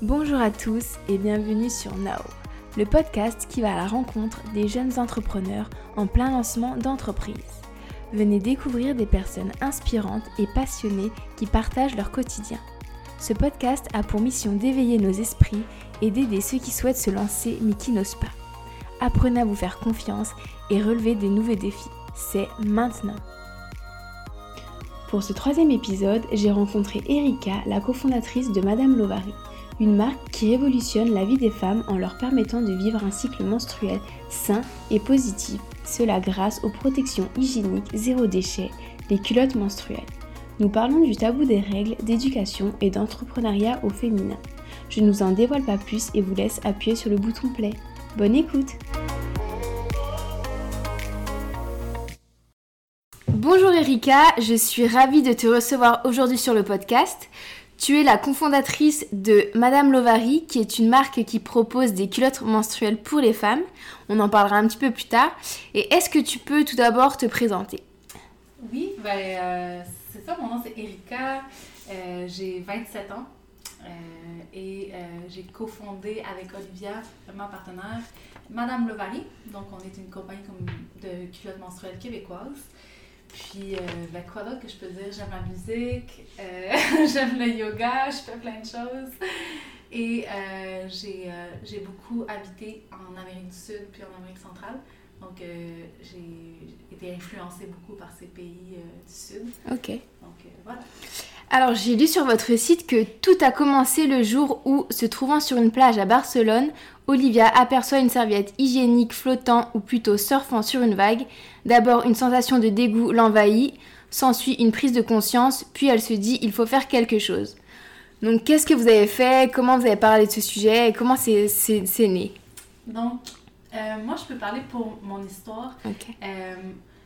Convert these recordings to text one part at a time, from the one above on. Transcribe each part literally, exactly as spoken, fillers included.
Bonjour à tous et bienvenue sur Now, le podcast qui va à la rencontre des jeunes entrepreneurs en plein lancement d'entreprise. Venez découvrir des personnes inspirantes et passionnées qui partagent leur quotidien. Ce podcast a pour mission d'éveiller nos esprits et d'aider ceux qui souhaitent se lancer mais qui n'osent pas. Apprenez à vous faire confiance et relever des nouveaux défis. C'est maintenant. Pour ce troisième épisode, j'ai rencontré Erika, la cofondatrice de Madame Lovary, une marque qui révolutionne la vie des femmes en leur permettant de vivre un cycle menstruel sain et positif, cela grâce aux protections hygiéniques zéro déchet, les culottes menstruelles. Nous parlons du tabou des règles, d'éducation et d'entrepreneuriat au féminin. Je ne vous en dévoile pas plus et vous laisse appuyer sur le bouton play. Bonne écoute! Bonjour Erika, je suis ravie de te recevoir aujourd'hui sur le podcast. Tu es la cofondatrice de Madame Lovary, qui est une marque qui propose des culottes menstruelles pour les femmes. On en parlera un petit peu plus tard. Et est-ce que tu peux tout d'abord te présenter? Oui, ben, euh, c'est ça, mon nom c'est Erika, euh, j'ai vingt-sept ans euh, et euh, j'ai cofondé avec Olivia, ma partenaire, Madame Lovary. Donc on est une compagnie comme de culottes menstruelles québécoises. Puis, euh, ben quoi d'autre que je peux dire? J'aime la musique, euh, j'aime le yoga, je fais plein de choses. Et euh, j'ai, euh, j'ai beaucoup habité en Amérique du Sud puis en Amérique centrale. Donc, euh, j'ai été influencée beaucoup par ces pays euh, du Sud. Ok. Donc, euh, voilà. Alors, j'ai lu sur votre site que tout a commencé le jour où, se trouvant sur une plage à Barcelone, Olivia aperçoit une serviette hygiénique flottant ou plutôt surfant sur une vague. D'abord, une sensation de dégoût l'envahit, s'ensuit une prise de conscience, puis elle se dit « il faut faire quelque chose ». Donc, qu'est-ce que vous avez fait? Comment vous avez parlé de ce sujet? Et comment c'est, c'est, c'est né? Donc, euh, moi, je peux parler pour mon histoire. Ok. Euh,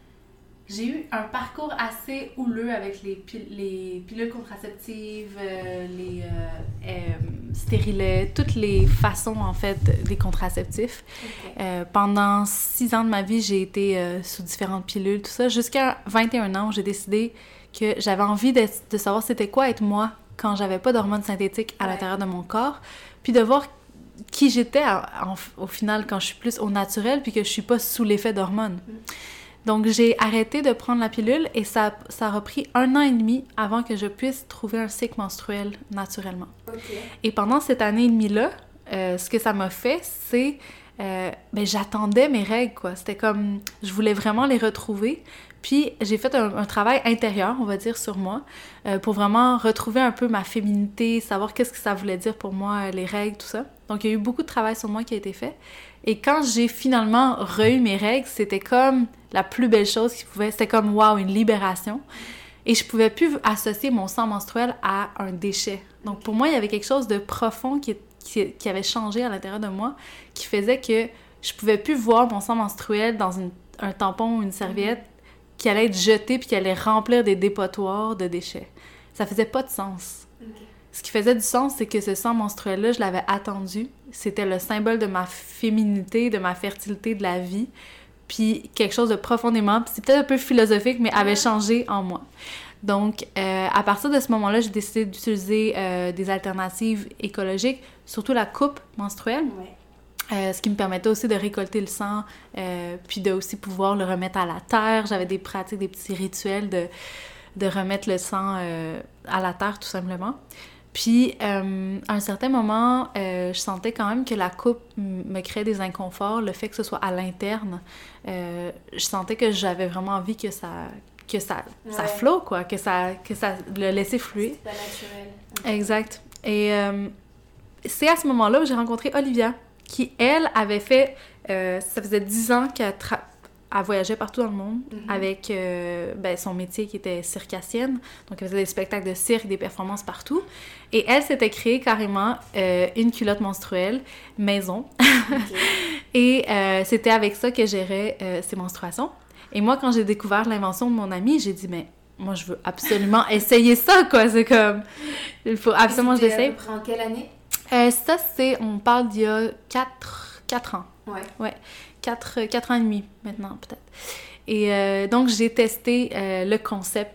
J'ai eu un parcours assez houleux avec les, pil- les pilules contraceptives, euh, les euh, euh, stérilets, toutes les façons, en fait, des contraceptifs. Okay. Euh, pendant six ans de ma vie, j'ai été euh, sous différentes pilules, tout ça, jusqu'à vingt et un ans où j'ai décidé que j'avais envie de, de savoir c'était quoi être moi quand j'avais pas d'hormones synthétiques à ouais. l'intérieur de mon corps, puis de voir qui j'étais en, en, au final quand je suis plus au naturel, puis que je suis pas sous l'effet d'hormones. Mm. Donc, j'ai arrêté de prendre la pilule et ça, ça a repris un an et demi avant que je puisse trouver un cycle menstruel naturellement. Okay. Et pendant cette année et demie-là, euh, ce que ça m'a fait, c'est... Euh, ben, j'attendais mes règles, quoi. C'était comme... Je voulais vraiment les retrouver. Puis, j'ai fait un, un travail intérieur, on va dire, sur moi, euh, pour vraiment retrouver un peu ma féminité, savoir qu'est-ce que ça voulait dire pour moi, les règles, tout ça. Donc, il y a eu beaucoup de travail sur moi qui a été fait. Et quand j'ai finalement re-eu mes règles, c'était comme la plus belle chose qui pouvait... C'était comme, wow, une libération. Et je pouvais plus associer mon sang menstruel à un déchet. Donc, pour moi, il y avait quelque chose de profond qui, qui, qui avait changé à l'intérieur de moi, qui faisait que je pouvais plus voir mon sang menstruel dans une, un tampon ou une serviette mm-hmm. qui allait être jeté puis qui allait remplir des dépotoirs de déchets. Ça faisait pas de sens. Okay. Ce qui faisait du sens, c'est que ce sang menstruel-là, je l'avais attendu. C'était le symbole de ma féminité, de ma fertilité, de la vie. Puis quelque chose de profondément, c'est peut-être un peu philosophique, mais avait changé en moi. Donc, euh, à partir de ce moment-là, j'ai décidé d'utiliser euh, des alternatives écologiques, surtout la coupe menstruelle. Ouais. Euh, ce qui me permettait aussi de récolter le sang, euh, puis de aussi pouvoir le remettre à la terre. J'avais des pratiques, des petits rituels de, de remettre le sang euh, à la terre, tout simplement. Puis, euh, à un certain moment, euh, je sentais quand même que la coupe m- me créait des inconforts, le fait que ce soit à l'interne. Euh, je sentais que j'avais vraiment envie que ça, que ça, ouais. ça flotte, quoi, que ça, que ça le laissait fluer. C'est pas naturel. Okay. Exact. Et euh, c'est à ce moment-là où j'ai rencontré Olivia, qui, elle, avait fait... Euh, ça faisait dix ans qu'elle tra- elle voyageait partout dans le monde mm-hmm. avec euh, ben, son métier qui était circassienne. Donc, elle faisait des spectacles de cirque, des performances partout. Et elle s'était créée carrément euh, une culotte menstruelle maison. Okay. Et euh, c'était avec ça qu'elle gérait euh, ses menstruations. Et moi, quand j'ai découvert l'invention de mon amie, j'ai dit, mais moi, je veux absolument essayer ça, quoi. C'est comme... Il faut absolument que je l'essaye. C'était en quelle année? Euh, ça, c'est... On parle d'il y a quatre, quatre ans. Ouais. Ouais. quatre ans et demi, maintenant, peut-être. Et euh, donc, j'ai testé euh, le concept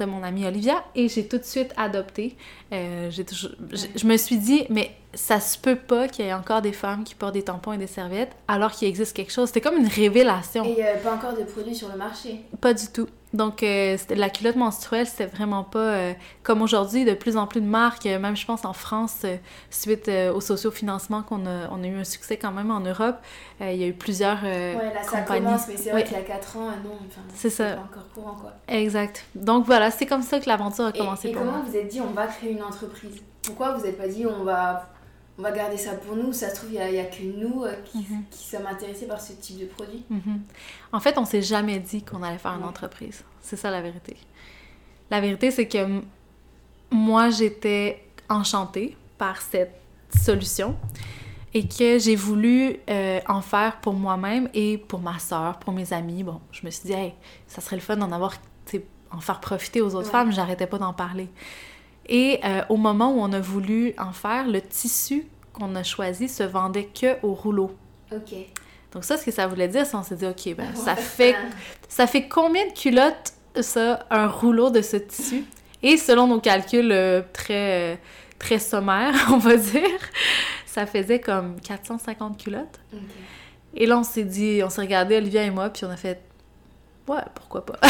de mon amie Olivia et j'ai tout de suite adopté. Euh, j'ai toujours, je, je me suis dit, mais ça se peut pas qu'il y ait encore des femmes qui portent des tampons et des serviettes alors qu'il existe quelque chose. C'était comme une révélation. Et il n'y avait pas encore de produits sur le marché? Pas du tout. Donc, euh, c'était, la culotte menstruelle, c'était vraiment pas... Euh, comme aujourd'hui, de plus en plus de marques, euh, même je pense en France, euh, suite euh, au sociofinancement qu'on a, on a eu un succès quand même en Europe, euh, il y a eu plusieurs euh, ouais, là, ça compagnies. commence, mais c'est vrai oui. qu'il y a quatre ans, non, enfin, c'est ça. C'est pas encore courant, quoi. Exact. Donc voilà, c'est comme ça que l'aventure a commencé et, et pour moi. Et comment vous êtes dit, on va créer une entreprise? Pourquoi vous n'êtes pas dit, on va... on va garder ça pour nous, ça se trouve, il n'y a, a que nous euh, qui, mm-hmm. qui sommes intéressés par ce type de produit. Mm-hmm. En fait, on s'est jamais dit qu'on allait faire une ouais. entreprise. C'est ça la vérité. La vérité, c'est que m- moi, j'étais enchantée par cette solution et que j'ai voulu euh, en faire pour moi-même et pour ma sœur, pour mes amis. Bon, je me suis dit, hey, ça serait le fun d'en avoir, tu sais, en faire profiter aux autres ouais. femmes. J'arrêtais pas d'en parler. Et euh, au moment où on a voulu en faire, le tissu qu'on a choisi se vendait que au rouleau. OK. Donc ça, ce que ça voulait dire, c'est qu'on s'est dit, OK, ben, ça fait, ça fait combien de culottes, ça, un rouleau de ce tissu? Et selon nos calculs euh, très, très sommaires, on va dire, ça faisait comme quatre cent cinquante culottes. Okay. Et là, on s'est dit, on s'est regardé, Olivia et moi, puis on a fait, ouais, pourquoi pas?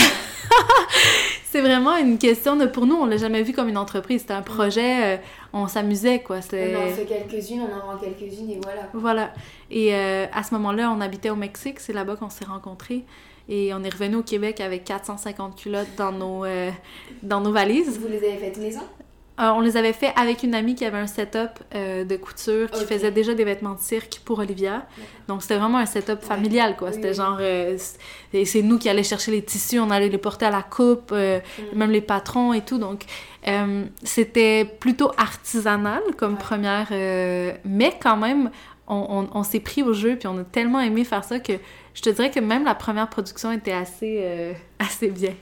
C'est vraiment une question de... Pour nous, on l'a jamais vu comme une entreprise. C'était un projet, euh, on s'amusait, quoi. C'était... On en fait quelques-unes, on en vend quelques-unes, et voilà. Voilà. Et euh, à ce moment-là, on habitait au Mexique. C'est là-bas qu'on s'est rencontrés. Et on est revenu au Québec avec quatre cent cinquante culottes dans nos, euh, dans nos valises. Vous les avez faites maison? Euh, on les avait fait avec une amie qui avait un setup euh, de couture, qui okay. faisait déjà des vêtements de cirque pour Olivia. Ouais. Donc, c'était vraiment un setup familial, quoi. Ouais. C'était oui, genre... Euh, c'est, c'est nous qui allions chercher les tissus, on allait les porter à la coupe, euh, mm. même les patrons et tout. Donc, euh, c'était plutôt artisanal comme ouais. première... Euh, mais quand même, on, on, on s'est pris au jeu, puis on a tellement aimé faire ça que je te dirais que même la première production était assez, euh, assez bien.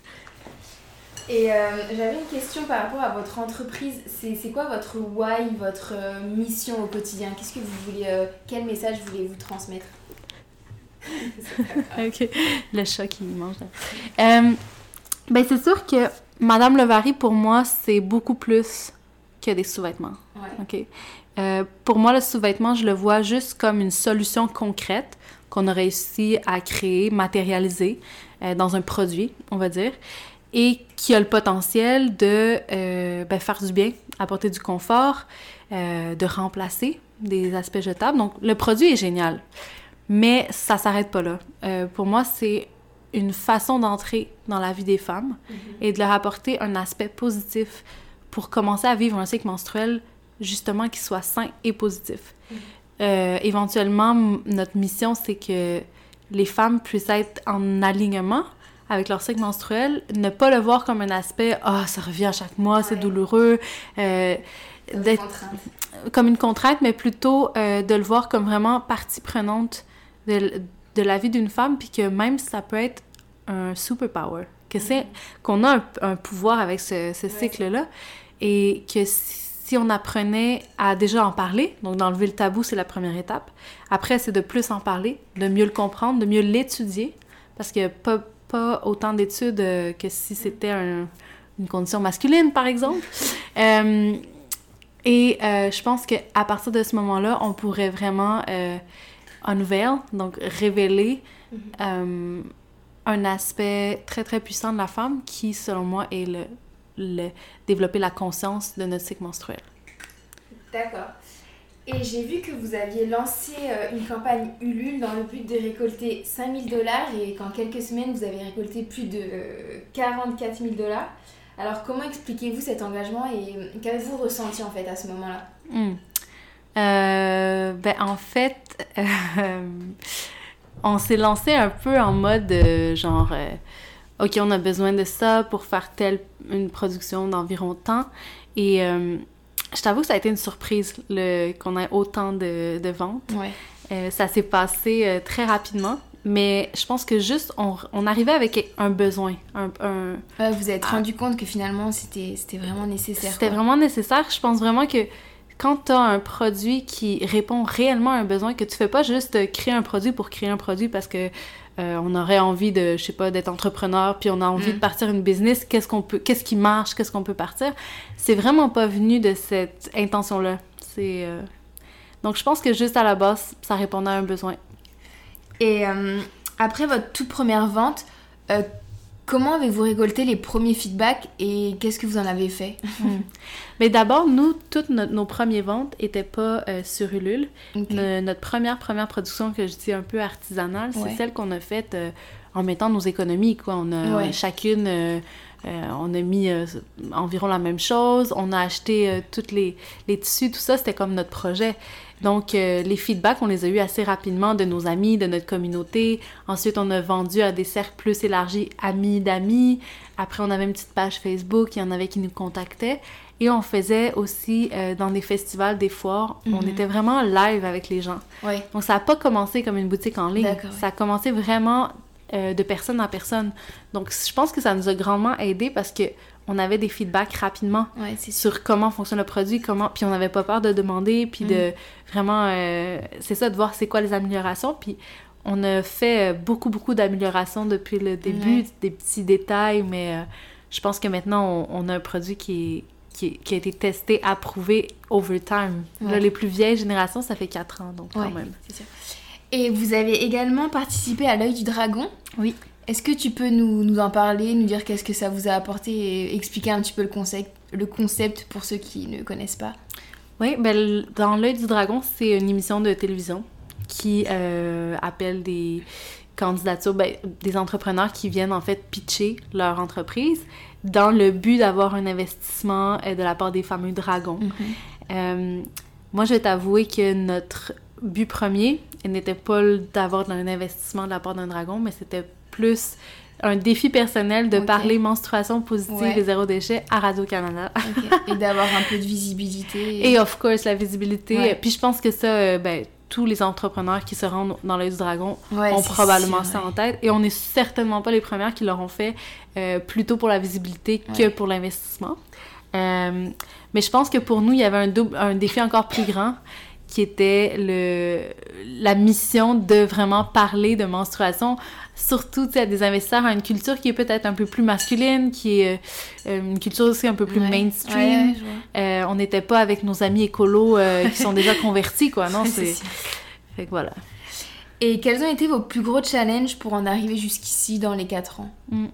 Et euh, j'avais une question par rapport à votre entreprise. C'est, c'est quoi votre why, votre euh, mission au quotidien? Qu'est-ce que vous voulez, euh, quel message voulez-vous transmettre? Ok, le chat qui mange. Euh, ben c'est sûr que Madame Levary, pour moi, c'est beaucoup plus que des sous-vêtements. Ouais. Ok. Euh, pour moi, le sous-vêtement, je le vois juste comme une solution concrète qu'on a réussi à créer, matérialiser euh, dans un produit, on va dire, et qui a le potentiel de euh, ben, faire du bien, apporter du confort, euh, de remplacer des aspects jetables. Donc, le produit est génial, mais ça s'arrête pas là. Euh, pour moi, c'est une façon d'entrer dans la vie des femmes mm-hmm. et de leur apporter un aspect positif pour commencer à vivre un cycle menstruel, justement, qui soit sain et positif. Mm-hmm. Euh, éventuellement, notre mission, c'est que les femmes puissent être en alignement avec leur cycle menstruel, ne pas le voir comme un aspect « Ah, oh, ça revient à chaque mois, ouais. c'est douloureux euh, ». Comme une contrainte. Comme une contrainte, mais plutôt euh, de le voir comme vraiment partie prenante de, de la vie d'une femme, puis que même ça peut être un superpower, que c'est, mm-hmm. qu'on a un, un pouvoir avec ce, ce ouais, cycle-là, et que si, si on apprenait à déjà en parler, donc d'enlever le tabou, c'est la première étape. Après, c'est de plus en parler, de mieux le comprendre, de mieux l'étudier, parce qu'il n'y a pas pas autant d'études euh, que si c'était un, une condition masculine, par exemple. euh, et euh, je pense qu'à partir de ce moment-là, on pourrait vraiment euh, unveil, donc révéler mm-hmm. euh, un aspect très, très puissant de la femme qui, selon moi, est le, le développer la conscience de notre cycle menstruel. D'accord. Et j'ai vu que vous aviez lancé euh, une campagne Ulule dans le but de récolter cinq mille dollars et qu'en quelques semaines, vous avez récolté plus de euh, quarante-quatre mille dollars. Alors, comment expliquez-vous cet engagement et qu'avez-vous ressenti en fait à ce moment-là? Mmh. Euh, ben, en fait, euh, on s'est lancé un peu en mode euh, genre... Euh, OK, on a besoin de ça pour faire telle une production d'environ tant. Et... Euh, je t'avoue que ça a été une surprise le, qu'on ait autant de, de ventes. Ouais. Euh, ça s'est passé euh, très rapidement, mais je pense que juste, on, on arrivait avec un besoin. Un, un, ouais, vous vous êtes ah, rendu compte que finalement, c'était, c'était vraiment nécessaire. C'était quoi. vraiment nécessaire. Je pense vraiment que quand tu as un produit qui répond réellement à un besoin, que tu fais pas juste créer un produit pour créer un produit parce que euh, on aurait envie de, je sais pas, d'être entrepreneur, puis on a envie mm. de partir une business, qu'est-ce qu'on peut, qu'est-ce qui marche, qu'est-ce qu'on peut partir, c'est vraiment pas venu de cette intention-là. C'est... Euh... Donc, je pense que juste à la base, ça répondait à un besoin. Et euh, après votre toute première vente, euh, comment avez-vous récolté les premiers feedbacks et qu'est-ce que vous en avez fait? mm. Mais d'abord, nous, toutes nos, nos premières ventes n'étaient pas euh, sur Ulule. Okay. Ne, notre première, première production, que je dis un peu artisanale, ouais. c'est celle qu'on a faite euh, en mettant nos économies, quoi. On a ouais. chacune... Euh, Euh, on a mis euh, environ la même chose, on a acheté euh, tous les, les tissus, tout ça, c'était comme notre projet. Donc, euh, les feedbacks, on les a eus assez rapidement de nos amis, de notre communauté. Ensuite, on a vendu à des cercles plus élargis, amis d'amis. Après, on avait une petite page Facebook, il y en avait qui nous contactaient. Et on faisait aussi euh, dans des festivals, des foires, mm-hmm. on était vraiment live avec les gens. Oui. Donc, ça n'a pas commencé comme une boutique en ligne. D'accord, ça a commencé vraiment... Euh, de personne en personne. Donc, je pense que ça nous a grandement aidé parce qu'on avait des feedbacks rapidement ouais, c'est sur comment fonctionne le produit, comment... puis on n'avait pas peur de demander, puis mm. de vraiment... Euh, c'est ça, de voir c'est quoi les améliorations, puis on a fait beaucoup, beaucoup d'améliorations depuis le début, ouais. des petits détails, mais euh, je pense que maintenant, on, on a un produit qui est, qui, est, qui a été testé, approuvé over time. Ouais. Là, les plus vieilles générations, ça fait quatre ans, donc ouais, quand même. C'est sûr. Et vous avez également participé à l'œil du dragon. Oui. Est-ce que tu peux nous, nous en parler, nous dire qu'est-ce que ça vous a apporté et expliquer un petit peu le concept, le concept pour ceux qui ne connaissent pas? Oui, ben, dans l'œil du dragon, c'est une émission de télévision qui euh, appelle des candidatures, ben, des entrepreneurs qui viennent en fait pitcher leur entreprise dans le but d'avoir un investissement euh, de la part des fameux dragons. Mm-hmm. Euh, moi, je vais t'avouer que notre but premier n'était pas d'avoir un investissement de la part d'un dragon, mais c'était plus un défi personnel de okay. parler menstruation positive ouais. et zéro déchet à Radio-Canada. Okay. Et d'avoir un peu de visibilité. Et, et of course, la visibilité. Ouais. Puis je pense que ça, ben, tous les entrepreneurs qui se rendent dans l'œil du dragon ouais, ont probablement sûr, ça ouais. en tête. Et on n'est certainement pas les premières qui l'auront fait euh, plutôt pour la visibilité que ouais. pour l'investissement. Euh, mais je pense que pour nous, il y avait un, double, un défi encore plus grand qui était le, la mission de vraiment parler de menstruation, surtout à des investisseurs à une culture qui est peut-être un peu plus masculine, qui est euh, une culture aussi un peu plus ouais. mainstream. Ouais, ouais, euh, on n'était pas avec nos amis écolos euh, qui sont déjà convertis, quoi, non? C'est... c'est fait que voilà. Et quels ont été vos plus gros challenges pour en arriver jusqu'ici dans les quatre ans? Mm.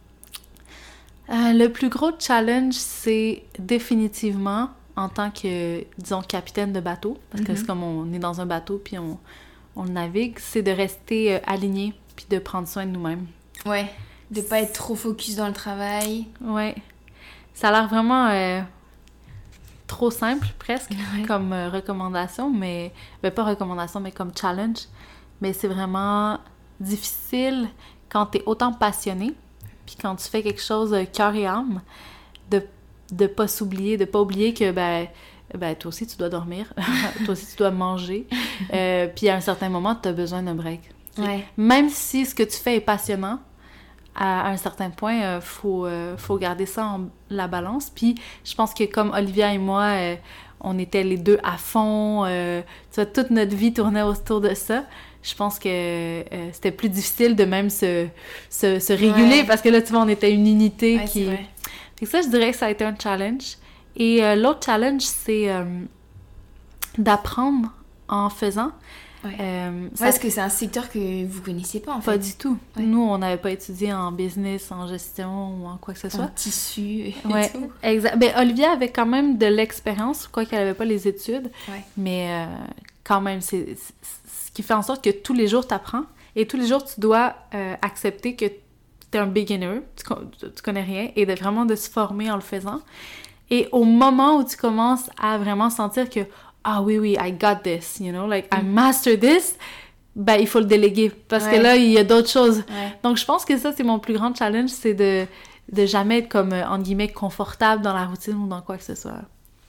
Euh, le plus gros challenge, c'est définitivement... en tant que, disons, capitaine de bateau, parce que mm-hmm. c'est comme on est dans un bateau puis on, on navigue, c'est de rester euh, aligné puis de prendre soin de nous-mêmes. Ouais, de pas être trop focus dans le travail. Ouais. Ça a l'air vraiment euh, trop simple, presque, ouais. comme euh, recommandation, mais... Ben, pas recommandation, mais comme challenge. Mais c'est vraiment difficile quand t'es autant passionné, puis quand tu fais quelque chose de cœur et âme, de de pas s'oublier, de pas oublier que ben, ben toi aussi tu dois dormir, toi aussi tu dois manger, euh, puis à un certain moment tu as besoin d'un break. Ouais. Même si ce que tu fais est passionnant, à un certain point, euh, faut, euh, faut garder ça en la balance. Puis je pense que comme Olivia et moi, euh, on était les deux à fond, euh, tu vois, toute notre vie tournait autour de ça. Je pense que euh, c'était plus difficile de même se, se, se réguler, ouais. parce que là, tu vois, on était une unité ouais, qui... Fait que ça, je dirais que ça a été un challenge. Et euh, l'autre challenge, c'est euh, d'apprendre en faisant. Ouais. Euh, ça... ouais, est-ce que c'est un secteur que vous connaissiez pas, en fait? Pas du tout. Ouais. Nous, on n'avait pas étudié en business, en gestion ou en quoi que ce soit. En tissu et ouais, tout. Exact. Ben, Olivia avait quand même de l'expérience, quoi qu'elle n'avait pas les études. Ouais. Mais euh, quand même, c'est, c'est ce qui fait en sorte que tous les jours, tu apprends. Et tous les jours, tu dois euh, accepter que t'es un beginner, tu, tu connais rien, et de vraiment de se former en le faisant. Et au moment où tu commences à vraiment sentir que « Ah oui, oui, I got this, you know, like, I mastered this », ben, il faut le déléguer, parce ouais. que là, il y a d'autres choses. Ouais. Donc, je pense que ça, c'est mon plus grand challenge, c'est de, de jamais être comme, entre guillemets, confortable dans la routine ou dans quoi que ce soit.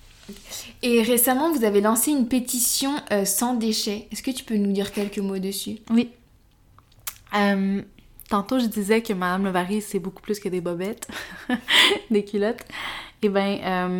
Et récemment, vous avez lancé une pétition euh, sans déchets. Est-ce que tu peux nous dire quelques mots dessus? Oui. Euh... Tantôt, je disais que Madame Lavary, c'est beaucoup plus que des bobettes, des culottes. Eh bien, euh,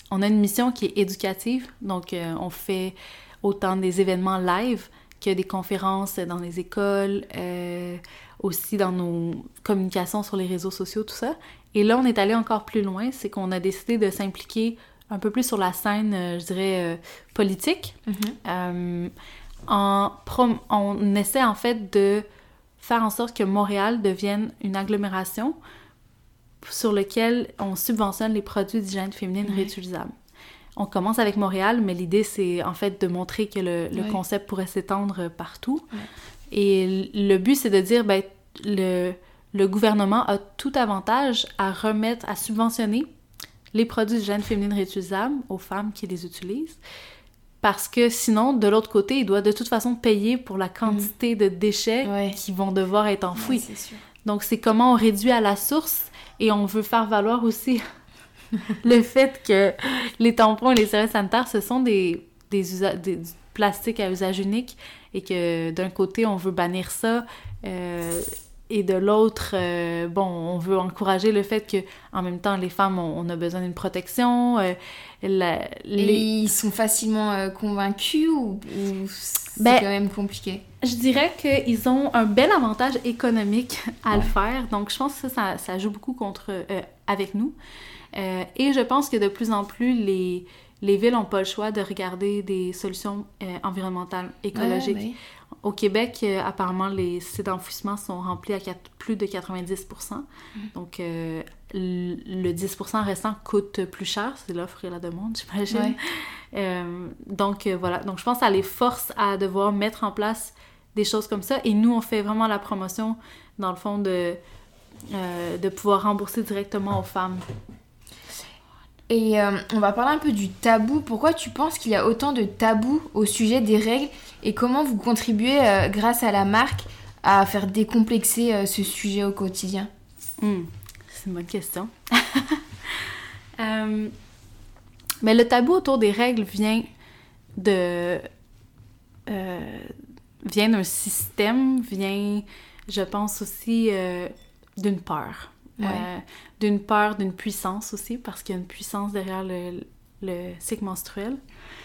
on a une mission qui est éducative, donc euh, on fait autant des événements live que des conférences dans les écoles, euh, aussi dans nos communications sur les réseaux sociaux, tout ça. Et là, on est allé encore plus loin, c'est qu'on a décidé de s'impliquer un peu plus sur la scène, euh, je dirais, euh, politique. Mm-hmm. Euh, en prom- on essaie en fait de faire en sorte que Montréal devienne une agglomération sur laquelle on subventionne les produits d'hygiène féminine mm-hmm. réutilisables. On commence avec Montréal, mais l'idée, c'est en fait de montrer que le, le ouais. concept pourrait s'étendre partout. Ouais. Et le but, c'est de dire, ben, le, le gouvernement a tout avantage à remettre, à subventionner les produits d'hygiène féminine réutilisables aux femmes qui les utilisent. Parce que sinon, de l'autre côté, il doit de toute façon payer pour la quantité mmh. de déchets ouais. qui vont devoir être enfouis. Ouais, c'est sûr. Donc, c'est comment on réduit à la source et on veut faire valoir aussi le fait que les tampons et les serviettes sanitaires, ce sont des, des, usa- des du plastique à usage unique et que d'un côté, on veut bannir ça euh, et de l'autre, euh, bon, on veut encourager le fait que en même temps, les femmes, on, on a besoin d'une protection. Euh, la, les... Et ils sont facilement euh, convaincus ou, ou c'est ben, quand même compliqué? Je dirais qu'ils ont un bel avantage économique à ouais. le faire. Donc, je pense que ça, ça, ça joue beaucoup contre, euh, avec nous. Euh, et je pense que de plus en plus, les, les villes n'ont pas le choix de regarder des solutions euh, environnementales, écologiques. Ouais, ouais. Au Québec, euh, apparemment, les sites d'enfouissement sont remplis à quatre, plus de quatre-vingt-dix pour cent. Mm. Donc, euh, le, le dix pour cent restant coûte plus cher. C'est l'offre et la demande, j'imagine. Ouais. Euh, donc, euh, voilà. Donc, je pense que ça les force à devoir mettre en place des choses comme ça. Et nous, on fait vraiment la promotion, dans le fond, de, euh, de pouvoir rembourser directement aux femmes. Et euh, on va parler un peu du tabou. Pourquoi tu penses qu'il y a autant de tabous au sujet des règles et comment vous contribuez, euh, grâce à la marque, à faire décomplexer euh, ce sujet au quotidien? mmh, C'est une bonne question. euh, mais le tabou autour des règles vient de... Euh, vient d'un système, vient, je pense aussi, euh, d'une peur. Ouais. Euh, d'une peur, d'une puissance aussi, parce qu'il y a une puissance derrière le, le cycle menstruel.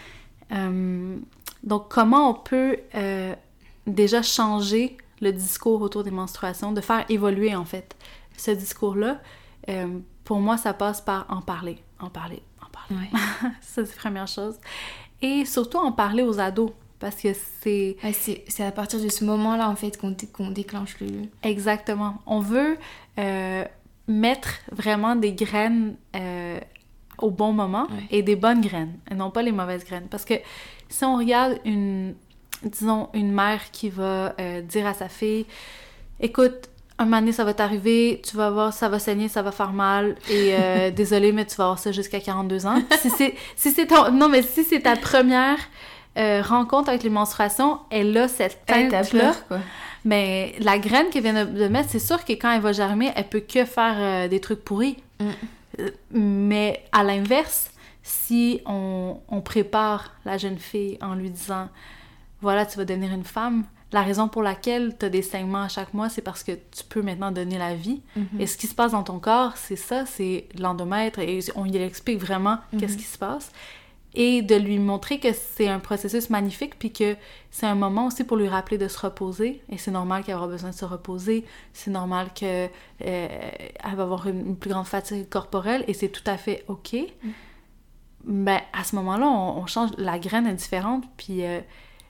Euh, donc, comment on peut euh, déjà changer le discours autour des menstruations, de faire évoluer, en fait, ce discours-là? Euh, pour moi, ça passe par en parler, en parler, en parler. Ouais. Ça, c'est la première chose. Et surtout, en parler aux ados. Parce que c'est... Ouais, c'est, c'est à partir de ce moment-là, en fait, qu'on, qu'on déclenche le... Exactement. On veut euh, mettre vraiment des graines euh, au bon moment ouais. et des bonnes graines, et non pas les mauvaises graines. Parce que si on regarde une, disons, une mère qui va euh, dire à sa fille, écoute, un moment donné, ça va t'arriver, tu vas voir, ça va saigner, ça va faire mal, et euh, désolé, mais tu vas avoir ça jusqu'à quarante-deux ans. Si c'est, si c'est ton... Non, mais si c'est ta première... Euh, rencontre avec les menstruations, elle a cette tête-là. Quoi. Mais la graine qu'elle vient de, de mettre, c'est sûr que quand elle va germer, elle peut que faire euh, des trucs pourris. Mm. Euh, mais à l'inverse, si on, on prépare la jeune fille en lui disant « Voilà, tu vas devenir une femme », la raison pour laquelle tu as des saignements à chaque mois, c'est parce que tu peux maintenant donner la vie. Mm-hmm. Et ce qui se passe dans ton corps, c'est ça, c'est l'endomètre, et on lui explique vraiment mm-hmm. qu'est-ce qui se passe. Et de lui montrer que c'est un processus magnifique, puis que c'est un moment aussi pour lui rappeler de se reposer. Et c'est normal qu'elle aura besoin de se reposer. C'est normal qu'elle euh, va avoir une, une plus grande fatigue corporelle, et c'est tout à fait OK. Mm. Ben, à ce moment-là, on, on change. La graine est différente. Puis euh,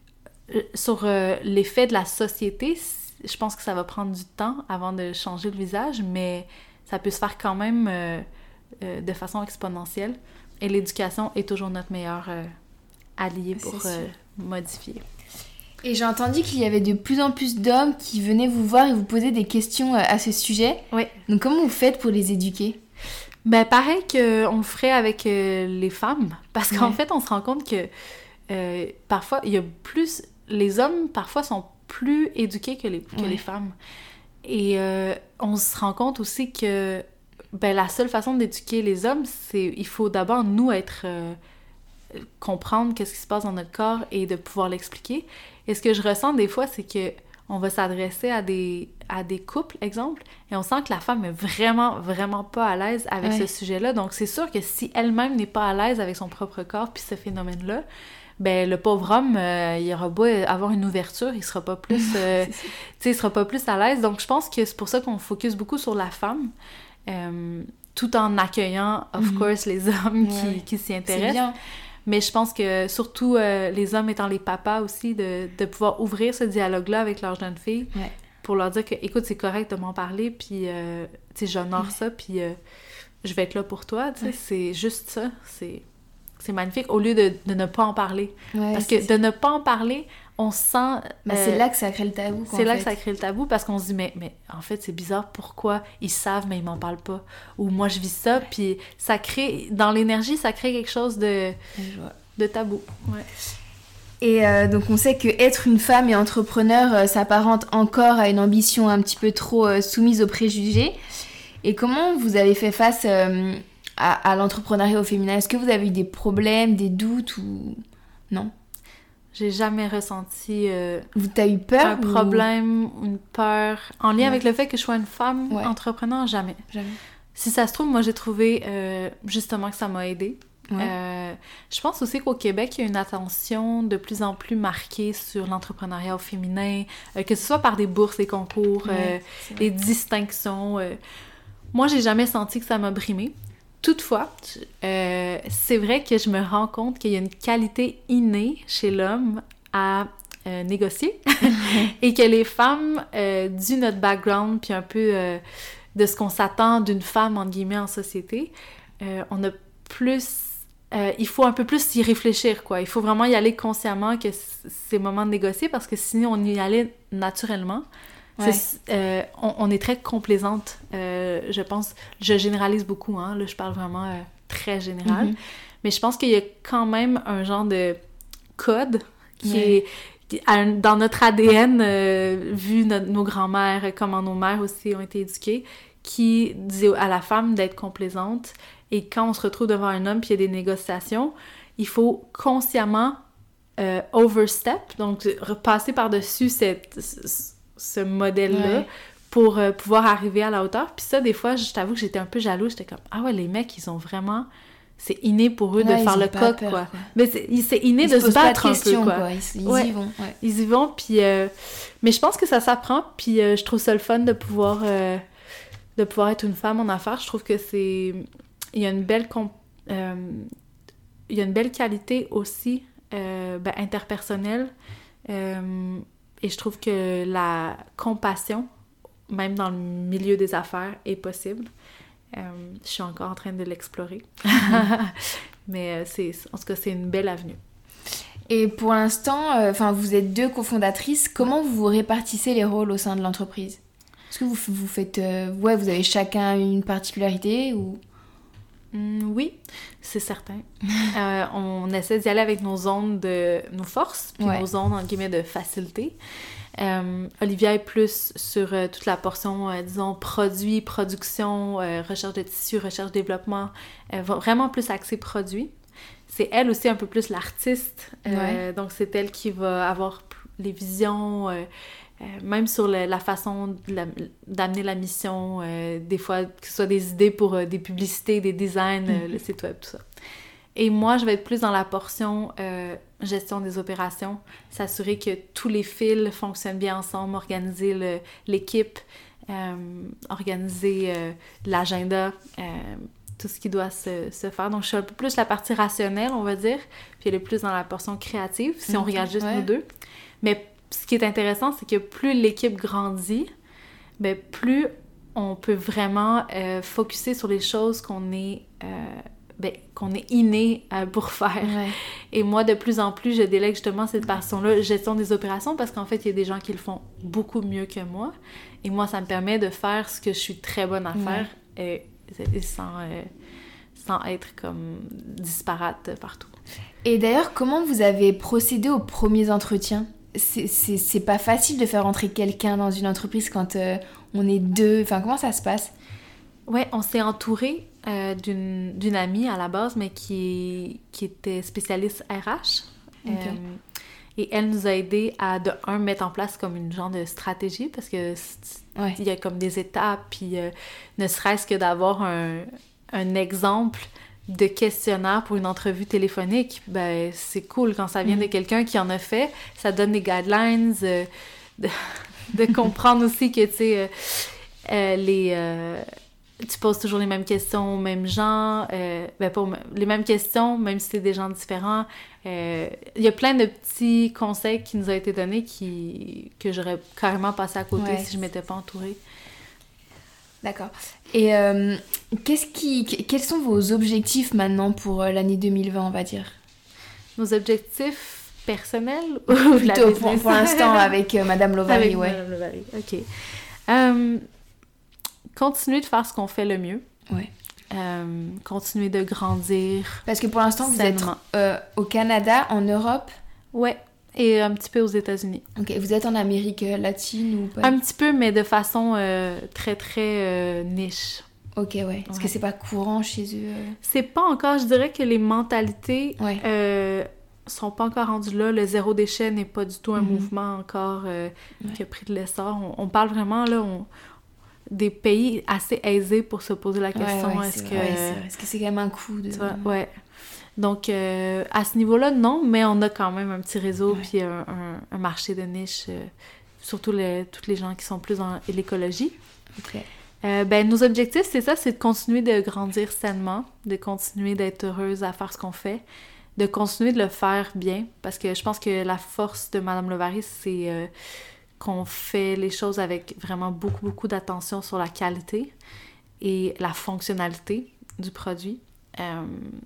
sur euh, l'effet de la société, je pense que ça va prendre du temps avant de changer le visage, mais ça peut se faire quand même euh, euh, de façon exponentielle. Et l'éducation est toujours notre meilleur euh, allié pour euh, modifier. Et j'ai entendu qu'il y avait de plus en plus d'hommes qui venaient vous voir et vous poser des questions euh, à ce sujet. Oui. Donc comment vous faites pour les éduquer? Ben pareil qu'on le ferait avec euh, les femmes. Parce qu'en ouais. fait, on se rend compte que euh, parfois, il y a plus... Les hommes, parfois, sont plus éduqués que les, que ouais. les femmes. Et euh, on se rend compte aussi que ben, la seule façon d'éduquer les hommes, c'est il faut d'abord, nous, être... Euh, comprendre qu'est-ce qui se passe dans notre corps et de pouvoir l'expliquer. Et ce que je ressens des fois, c'est que on va s'adresser à des, à des couples, exemple, et on sent que la femme est vraiment, vraiment pas à l'aise avec ouais. ce sujet-là. Donc, c'est sûr que si elle-même n'est pas à l'aise avec son propre corps puis ce phénomène-là, ben le pauvre homme, euh, il aura beau avoir une ouverture, il sera pas plus, euh, tu sais, il sera pas plus à l'aise. Donc, je pense que c'est pour ça qu'on focus beaucoup sur la femme, euh, tout en accueillant, of mm-hmm. course, les hommes ouais. qui, qui s'y intéressent. C'est bien. Mais je pense que, surtout, euh, les hommes étant les papas aussi, de, de pouvoir ouvrir ce dialogue-là avec leurs jeunes filles, ouais. pour leur dire que, écoute, c'est correct de m'en parler, puis, euh, tu sais, j'honore ouais. ça, puis euh, je vais être là pour toi, tu sais, ouais. c'est juste ça, c'est... C'est magnifique, au lieu de, de ne pas en parler. Ouais, parce que c'est... de ne pas en parler, on sent... Ben, euh, c'est là que ça crée le tabou, quoi, C'est là fait. que ça crée le tabou, parce qu'on se dit, mais, mais en fait, c'est bizarre, pourquoi ils savent, mais ils m'en parlent pas? Ou moi, je vis ça, ouais. puis ça crée... Dans l'énergie, ça crée quelque chose de, de tabou. Ouais. Et euh, donc, on sait qu'être une femme et entrepreneur euh, s'apparente encore à une ambition un petit peu trop euh, soumise aux préjugés. Et comment vous avez fait face... Euh, À, à l'entrepreneuriat au féminin? Est-ce que vous avez eu des problèmes, des doutes ou... Non? J'ai jamais ressenti euh, T'as eu peur un ou... problème, une peur en lien ouais. avec le fait que je sois une femme ouais. entrepreneur, jamais. Jamais. Si ça se trouve, moi j'ai trouvé euh, justement que ça m'a aidée. Ouais. Euh, je pense aussi qu'au Québec, il y a une attention de plus en plus marquée sur l'entrepreneuriat au féminin, euh, que ce soit par des bourses, des concours, ouais, euh, des distinctions. Euh. Moi, j'ai jamais senti que ça m'a brimée. Toutefois, euh, c'est vrai que je me rends compte qu'il y a une qualité innée chez l'homme à euh, négocier et que les femmes, euh, dû notre background puis un peu euh, de ce qu'on s'attend d'une femme, entre guillemets, en société, euh, on a plus... Euh, il faut un peu plus y réfléchir, quoi. Il faut vraiment y aller consciemment que c'est le moment de négocier parce que sinon, on y allait naturellement. Ouais. Euh, on, on est très complaisante, euh, je pense. Je généralise beaucoup, hein. Là, je parle vraiment euh, très général. Mm-hmm. Mais je pense qu'il y a quand même un genre de code qui ouais. est qui, à, dans notre A D N, euh, vu notre, nos grands-mères, comment nos mères aussi ont été éduquées, qui dit à la femme d'être complaisante. Et quand on se retrouve devant un homme puis il y a des négociations, il faut consciemment euh, overstep, donc repasser par-dessus cette... ce modèle-là ouais. pour euh, pouvoir arriver à la hauteur. Puis ça, des fois, je t'avoue que j'étais un peu jalouse. J'étais comme, ah ouais, les mecs, ils ont vraiment... C'est inné pour eux ouais, de faire le coq, peur, quoi. quoi. Mais c'est, c'est inné ils de se, se battre un peu, quoi. quoi. Ils, ils ouais. y vont. Ouais. Ils y vont, puis... Euh... Mais je pense que ça s'apprend, puis euh, je trouve ça le fun de pouvoir, euh, de pouvoir être une femme en affaires. Je trouve que c'est... Il y a une belle... Comp... Euh... Il y a une belle qualité aussi euh, ben, interpersonnelle. Euh... Et je trouve que la compassion, même dans le milieu des affaires, est possible. Euh, je suis encore en train de l'explorer. Mais c'est, en tout cas, c'est une belle avenue. Et pour l'instant, euh, vous êtes deux cofondatrices. Comment vous vous répartissez les rôles au sein de l'entreprise? Est-ce que vous, vous faites... Euh, ouais, vous avez chacun une particularité ou... Mm, oui, c'est certain. euh, on essaie d'y aller avec nos zones de nos forces, puis ouais. nos zones, en guillemets, de facilité. Euh, Olivia est plus sur euh, toute la portion, euh, disons, produit, production, euh, recherche de tissus, recherche, développement, euh, vraiment plus axée produit. C'est elle aussi un peu plus l'artiste, euh, ouais. donc c'est elle qui va avoir les visions... Euh, Euh, même sur le, la façon de la, d'amener la mission, euh, des fois, que ce soit des idées pour euh, des publicités, des designs, mm-hmm. euh, le site web, tout ça. Et moi, je vais être plus dans la portion euh, gestion des opérations, s'assurer que tous les fils fonctionnent bien ensemble, organiser le, l'équipe, euh, organiser euh, l'agenda, euh, tout ce qui doit se, se faire. Donc, je suis un peu plus la partie rationnelle, on va dire, puis elle est plus dans la portion créative, si mm-hmm. on regarde juste ouais. nous deux. Mais ce qui est intéressant, c'est que plus l'équipe grandit, ben plus on peut vraiment euh, focusser sur les choses qu'on est, euh, ben, qu'on est inné euh, pour faire. Ouais. Et moi, de plus en plus, je délègue justement cette partie-là, gestion des opérations, parce qu'en fait, il y a des gens qui le font beaucoup mieux que moi. Et moi, ça me permet de faire ce que je suis très bonne à faire, ouais. et, et sans, euh, sans être comme disparate partout. Et d'ailleurs, comment vous avez procédé aux premiers entretiens ? C'est, c'est, c'est pas facile de faire entrer quelqu'un dans une entreprise quand euh, on est deux. Enfin, comment ça se passe? Ouais, on s'est entouré euh, d'une, d'une amie à la base, mais qui, qui était spécialiste R H. Okay. Euh, Et elle nous a aidé à, de un, mettre en place comme une genre de stratégie, parce que ouais. il y a comme des étapes, puis euh, ne serait-ce que d'avoir un, un exemple de questionnaire pour une entrevue téléphonique, ben c'est cool quand ça vient mm. de quelqu'un qui en a fait. Ça donne des guidelines, euh, de, de comprendre aussi que, tu sais, euh, euh, les... Euh, tu poses toujours les mêmes questions aux mêmes gens, euh, ben pas les mêmes questions, même si c'est des gens différents. Euh, il y a plein de petits conseils qui nous ont été donnés qui, que j'aurais carrément passé à côté ouais. si je ne m'étais pas entourée. D'accord. Et euh, qu'est-ce qui, quels sont vos objectifs maintenant pour l'année deux mille vingt, on va dire? Nos objectifs personnels ou plutôt pour, pour l'instant avec euh, Madame Lovary, avec ouais. Madame Lovary, ok. Um, continuer de faire ce qu'on fait le mieux. Ouais. Euh, continuer de grandir. Parce que pour l'instant, vous êtes euh, au Canada, en Europe. Ouais, et un petit peu aux États-Unis. Ok, vous êtes en Amérique latine ou pas? Un petit peu, mais de façon euh, très, très euh, niche. Ok, ouais. Parce ouais. que c'est pas courant chez eux. Euh... C'est pas encore, je dirais que les mentalités ouais. euh, sont pas encore rendues là. Le zéro déchet n'est pas du tout un mm-hmm. mouvement encore euh, ouais. qui a pris de l'essor. On, on parle vraiment, là, on... des pays assez aisés pour se poser la question, ouais, ouais, est-ce c'est que... Ouais, c'est est-ce que c'est quand même un coup de... Tu vois, ouais. Donc, euh, à ce niveau-là, non, mais on a quand même un petit réseau, ouais. puis un, un, un marché de niche, euh, surtout les, tous les gens qui sont plus dans l'écologie. Ok. Euh, ben, nos objectifs, c'est ça, c'est de continuer de grandir sainement, de continuer d'être heureuse à faire ce qu'on fait, de continuer de le faire bien, parce que je pense que la force de Madame Lovary, c'est... Euh, qu'on fait les choses avec vraiment beaucoup, beaucoup d'attention sur la qualité et la fonctionnalité du produit. Euh,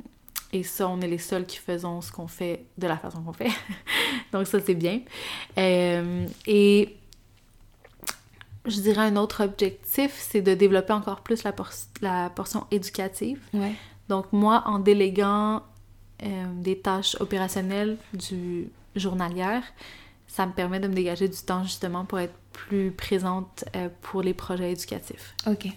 et ça, on est les seuls qui faisons ce qu'on fait de la façon qu'on fait. Donc ça, c'est bien. Euh, et je dirais un autre objectif, c'est de développer encore plus la, por- la portion éducative. Ouais. Donc moi, en déléguant euh, des tâches opérationnelles du journalière, ça me permet de me dégager du temps justement pour être plus présente euh, pour les projets éducatifs. Ok.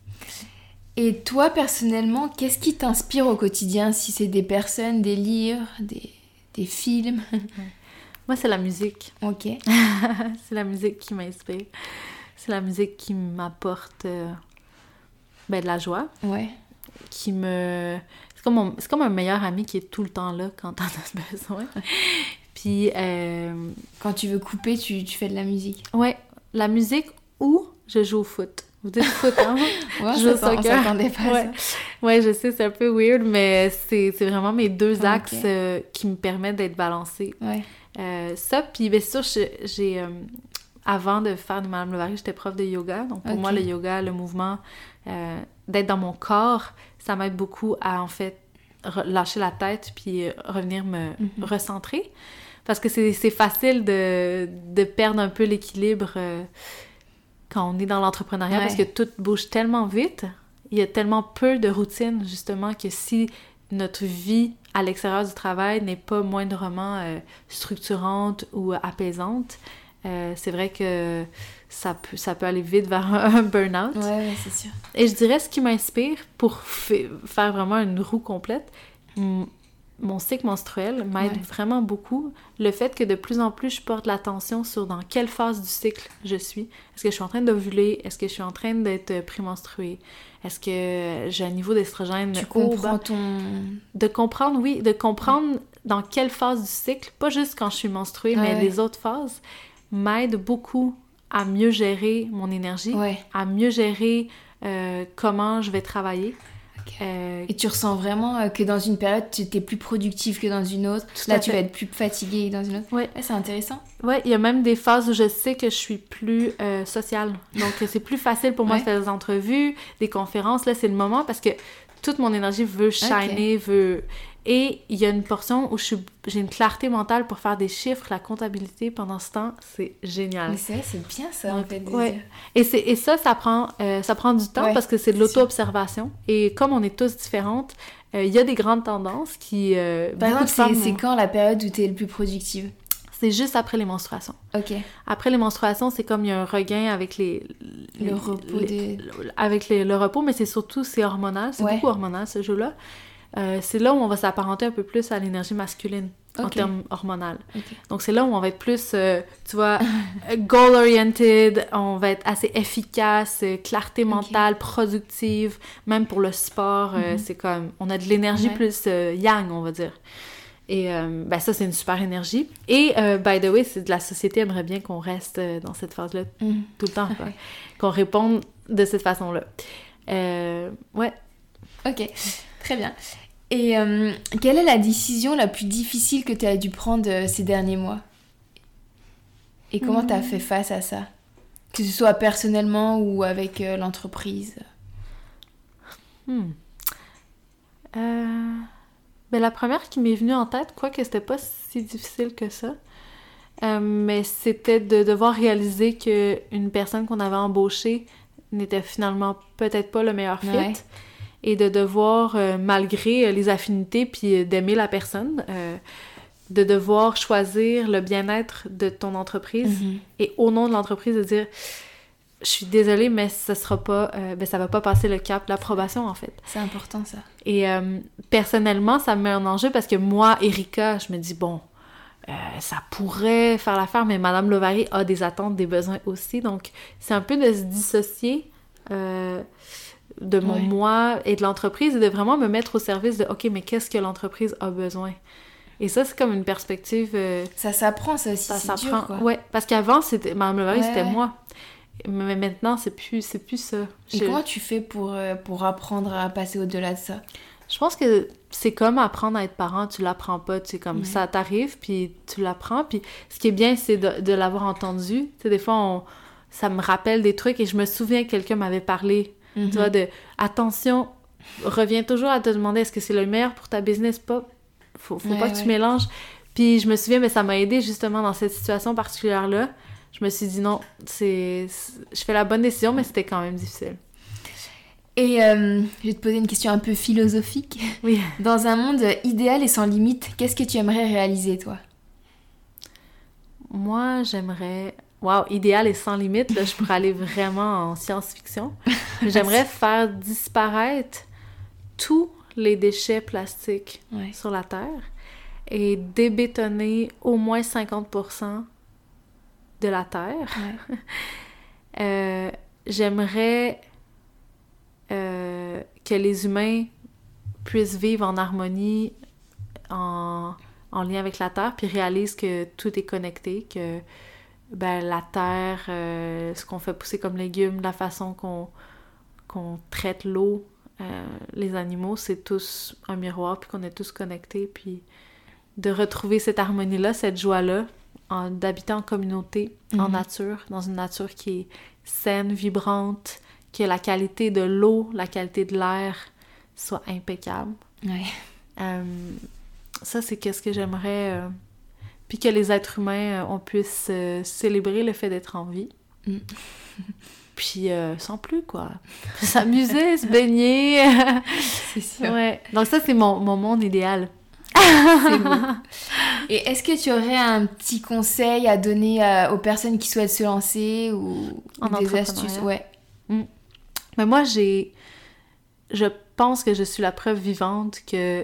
Et toi, personnellement, qu'est-ce qui t'inspire au quotidien? Si c'est des personnes, des livres, des, des films? Ouais. Moi, c'est la musique. Ok. C'est la musique qui m'inspire. C'est la musique qui m'apporte euh, ben, de la joie. Ouais. Qui me... C'est comme, mon... c'est comme un meilleur ami qui est tout le temps là quand t'en as besoin. Puis... Euh... Quand tu veux couper, tu, tu fais de la musique. Ouais, la musique ou je joue au foot. Vous dites foot, hein? Ouais, je joue au soccer. On s'attendait pas ouais. à ça. Ouais, je sais, c'est un peu weird, mais c'est, c'est vraiment mes deux axes okay. euh, qui me permettent d'être balancée. Ouais. Euh, ça, puis bien sûr, j'ai... j'ai euh, avant de faire de Madame Lovary, j'étais prof de yoga. Donc pour okay. moi, le yoga, le mouvement, euh, d'être dans mon corps, ça m'aide beaucoup à, en fait, lâcher la tête puis revenir me mm-hmm. recentrer. Parce que c'est, c'est facile de, de perdre un peu l'équilibre euh, quand on est dans l'entrepreneuriat, ouais. parce que tout bouge tellement vite. Il y a tellement peu de routine, justement, que si notre vie à l'extérieur du travail n'est pas moindrement euh, structurante ou apaisante, euh, c'est vrai que ça peut, ça peut aller vite vers un burn-out. Ouais, ouais, c'est sûr. Et je dirais, ce qui m'inspire pour f- faire vraiment une roue complète, m- mon cycle menstruel m'aide ouais. vraiment beaucoup. Le fait que de plus en plus, je porte l'attention sur dans quelle phase du cycle je suis. Est-ce que je suis en train d'ovuler? Est-ce que je suis en train d'être prémenstruée? Est-ce que j'ai un niveau d'estrogène? Tu comprends ton... De comprendre, oui. De comprendre ouais. dans quelle phase du cycle, pas juste quand je suis menstruée, ouais, mais ouais. les autres phases, m'aide beaucoup à mieux gérer mon énergie, ouais. à mieux gérer euh, comment je vais travailler. Okay. Euh... Et tu ressens vraiment que dans une période, tu es plus productive que dans une autre. Tout Là, tu vas être plus fatiguée que dans une autre. Ouais. Ouais, c'est intéressant. Ouais, il y a même des phases où je sais que je suis plus euh, sociale. Donc, c'est plus facile pour moi ouais. de faire des entrevues, des conférences. Là, c'est le moment parce que toute mon énergie veut shiner, okay. veut... Et il y a une portion où je suis, j'ai une clarté mentale pour faire des chiffres, la comptabilité pendant ce temps, c'est génial. Mais c'est vrai, c'est bien ça, donc, en fait. Ouais. Et, c'est, et ça, ça prend, euh, ça prend du temps ouais, parce que c'est de l'auto-observation. Sûr. Et comme on est tous différentes, il euh, y a des grandes tendances qui... Euh, Par exemple, c'est, c'est quand la période où tu es le plus productive? C'est juste après les menstruations. OK. Après les menstruations, c'est comme il y a un regain avec les... Le les, repos les, des... Avec les, le repos, mais c'est surtout, c'est hormonal. C'est ouais. beaucoup hormonal, ce jeu-là. euh, c'est là où on va s'apparenter un peu plus à l'énergie masculine. Okay. En termes hormonaux. Okay. Donc, c'est là où on va être plus, euh, tu vois, goal-oriented, on va être assez efficace, clarté mentale, okay. productive, même pour le sport, mm-hmm. euh, c'est comme, on a de l'énergie ouais. plus euh, yang, on va dire. Et euh, ben ça, c'est une super énergie. Et, euh, by the way, c'est de la société aimerait bien qu'on reste dans cette phase-là mm. tout le temps, quoi. Okay. Qu'on réponde de cette façon-là. Euh, ouais. OK, très bien. Et euh, quelle est la décision la plus difficile que tu as dû prendre euh, ces derniers mois? Et comment mmh. tu as fait face à ça? Que ce soit personnellement ou avec euh, l'entreprise? Hmm. Euh... Ben, la première qui m'est venue en tête, quoique c'était pas si difficile que ça, euh, mais c'était de devoir réaliser qu'une personne qu'on avait embauchée n'était finalement peut-être pas le meilleur fit. Ouais. Et de devoir, euh, malgré les affinités, puis d'aimer la personne, euh, de devoir choisir le bien-être de ton entreprise mm-hmm. et au nom de l'entreprise de dire « Je suis désolée, mais ça sera pas, euh, ben, ça va pas passer le cap de l'approbation, en fait. » C'est important, ça. Et euh, personnellement, ça me met en enjeu parce que moi, Erika, je me dis « Bon, euh, ça pourrait faire l'affaire, mais Madame Lovary a des attentes, des besoins aussi. » Donc, c'est un peu de se dissocier euh, de mon ouais. moi et de l'entreprise et de vraiment me mettre au service de « OK, mais qu'est-ce que l'entreprise a besoin? » Et ça, c'est comme une perspective... Euh, ça s'apprend, ça aussi, ça c'est s'apprend. Dur, quoi. Ouais, parce qu'avant, c'était Madame Lovary, ouais. c'était moi. Mais maintenant, c'est plus, c'est plus ça. Et Je... comment tu fais pour, euh, pour apprendre à passer au-delà de ça? Je pense que c'est comme apprendre à être parent, tu l'apprends pas, tu sais, comme ouais. ça t'arrive, puis tu l'apprends. Puis ce qui est bien, c'est de, de l'avoir entendu. Tu sais, des fois, on, ça me rappelle des trucs et je me souviens que quelqu'un m'avait parlé, mm-hmm. tu vois, de « Attention, reviens toujours à te demander est-ce que c'est le meilleur pour ta business, pas... Faut, faut ouais, pas que ouais. tu mélanges. » Puis je me souviens, mais ça m'a aidé justement dans cette situation particulière-là. Je me suis dit non, c'est, c'est... je fais la bonne décision, mais c'était quand même difficile. Et euh, je vais te poser une question un peu philosophique. Oui. Dans un monde idéal et sans limite, qu'est-ce que tu aimerais réaliser, toi? Moi, j'aimerais... Waouh, idéal et sans limite, là, je pourrais aller vraiment en science-fiction. J'aimerais faire disparaître tous les déchets plastiques ouais. sur la Terre et débétonner au moins cinquante pour cent de la Terre. Ouais. euh, j'aimerais euh, que les humains puissent vivre en harmonie, en, en lien avec la Terre, puis réalisent que tout est connecté, que ben, la Terre, euh, ce qu'on fait pousser comme légumes, la façon qu'on, qu'on traite l'eau, euh, les animaux, c'est tous un miroir, puis qu'on est tous connectés, puis de retrouver cette harmonie-là, cette joie-là, En, d'habiter en communauté, mm-hmm. en nature, dans une nature qui est saine, vibrante, que la qualité de l'eau, la qualité de l'air soit impeccable. Ouais. Euh, ça, c'est qu'est-ce que j'aimerais. Euh, puis que les êtres humains, euh, on puisse euh, célébrer le fait d'être en vie. Mm. Puis euh, sans plus, quoi. S'amuser, se baigner. C'est sûr. Ouais. Donc ça, c'est mon, mon monde idéal. C'est beau. Et est-ce que tu aurais un petit conseil à donner à, aux personnes qui souhaitent se lancer ou, en ou des astuces? Ouais. Mm. Mais moi, j'ai... Je pense que je suis la preuve vivante que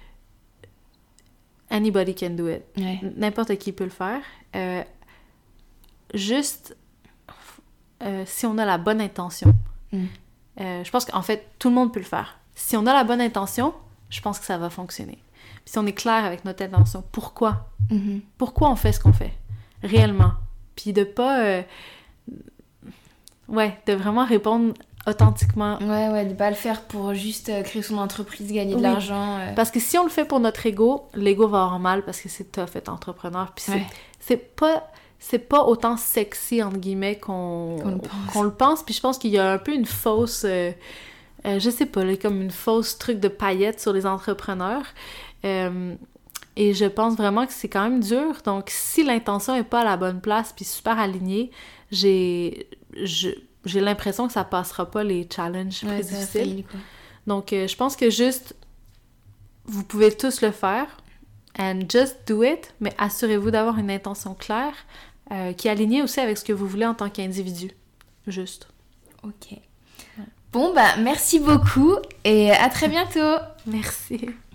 anybody can do it. Ouais. N'importe qui peut le faire. Euh, juste euh, si on a la bonne intention. Mm. Euh, je pense qu'en fait, tout le monde peut le faire. Si on a la bonne intention, je pense que ça va fonctionner. Puis si on est clair avec notre intention, pourquoi? Mm-hmm. Pourquoi on fait ce qu'on fait? Réellement. Puis de pas... Euh... Ouais, de vraiment répondre authentiquement. Ouais, ouais, de pas le faire pour juste euh, créer son entreprise, gagner oui. de l'argent. Euh... Parce que si on le fait pour notre ego, l'ego va avoir mal parce que c'est tough être entrepreneur. Puis c'est, ouais. c'est pas... C'est pas autant sexy, entre guillemets, qu'on, qu'on, le, pense. qu'on le pense. Puis je pense qu'il y a un peu une fausse... Euh, euh, je sais pas, là, comme une fausse truc de paillettes sur les entrepreneurs. Euh, et je pense vraiment que c'est quand même dur. Donc, si l'intention est pas à la bonne place puis super alignée, j'ai, je, j'ai l'impression que ça passera pas les challenges ouais, plus difficiles. Failli, quoi. Donc, euh, je pense que juste, vous pouvez tous le faire. And just do it. Mais assurez-vous d'avoir une intention claire euh, qui est alignée aussi avec ce que vous voulez en tant qu'individu. Juste. OK. Ouais. Bon, bah merci beaucoup et à très bientôt. Merci.